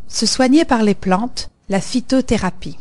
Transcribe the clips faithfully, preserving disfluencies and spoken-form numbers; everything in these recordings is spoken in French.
Se soigner par les plantes, la phytothérapie.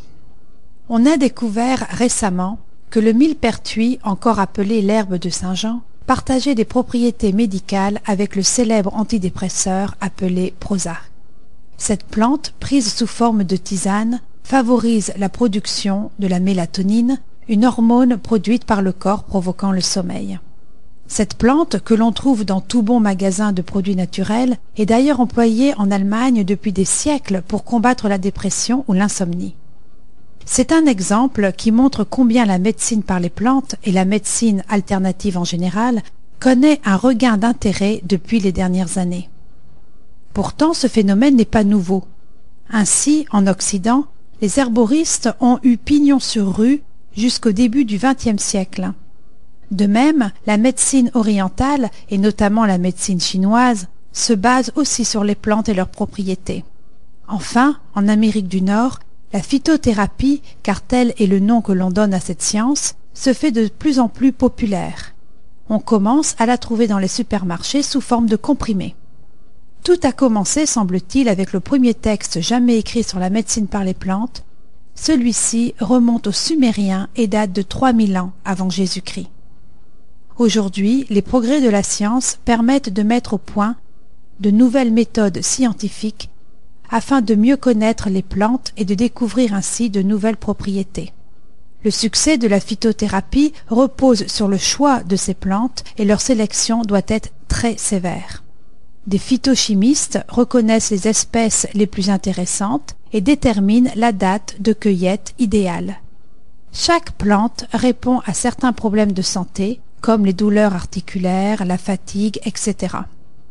On a découvert récemment que le millepertuis, encore appelé l'herbe de Saint-Jean, partageait des propriétés médicales avec le célèbre antidépresseur appelé Prozac. Cette plante, prise sous forme de tisane, favorise la production de la mélatonine, une hormone produite par le corps provoquant le sommeil. Cette plante, que l'on trouve dans tout bon magasin de produits naturels, est d'ailleurs employée en Allemagne depuis des siècles pour combattre la dépression ou l'insomnie. C'est un exemple qui montre combien la médecine par les plantes et la médecine alternative en général connaît un regain d'intérêt depuis les dernières années. Pourtant, ce phénomène n'est pas nouveau. Ainsi, en Occident, les herboristes ont eu pignon sur rue jusqu'au début du vingtième siècle. De même, la médecine orientale, et notamment la médecine chinoise, se base aussi sur les plantes et leurs propriétés. Enfin, en Amérique du Nord, la phytothérapie, car tel est le nom que l'on donne à cette science, se fait de plus en plus populaire. On commence à la trouver dans les supermarchés sous forme de comprimés. Tout a commencé, semble-t-il, avec le premier texte jamais écrit sur la médecine par les plantes. Celui-ci remonte aux Sumériens et date de trois mille ans avant Jésus-Christ. Aujourd'hui, les progrès de la science permettent de mettre au point de nouvelles méthodes scientifiques afin de mieux connaître les plantes et de découvrir ainsi de nouvelles propriétés. Le succès de la phytothérapie repose sur le choix de ces plantes et leur sélection doit être très sévère. Des phytochimistes reconnaissent les espèces les plus intéressantes et déterminent la date de cueillette idéale. Chaque plante répond à certains problèmes de santé, comme les douleurs articulaires, la fatigue, et cetera.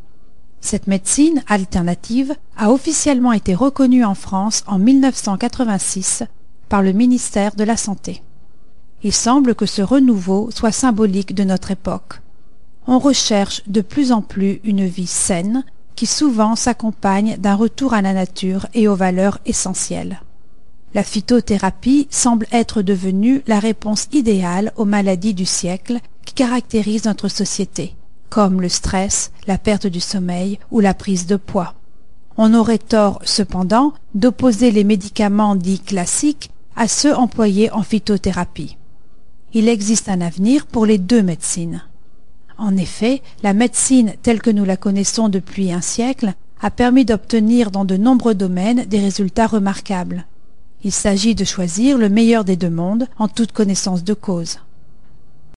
Cette médecine alternative a officiellement été reconnue en France en mille neuf cent quatre-vingt-six par le ministère de la Santé. Il semble que ce renouveau soit symbolique de notre époque. On recherche de plus en plus une vie saine qui souvent s'accompagne d'un retour à la nature et aux valeurs essentielles. La phytothérapie semble être devenue la réponse idéale aux maladies du siècle qui caractérisent notre société, comme le stress, la perte du sommeil ou la prise de poids. On aurait tort, cependant, d'opposer les médicaments dits classiques à ceux employés en phytothérapie. Il existe un avenir pour les deux médecines. En effet, la médecine telle que nous la connaissons depuis un siècle a permis d'obtenir dans de nombreux domaines des résultats remarquables. Il s'agit de choisir le meilleur des deux mondes en toute connaissance de cause.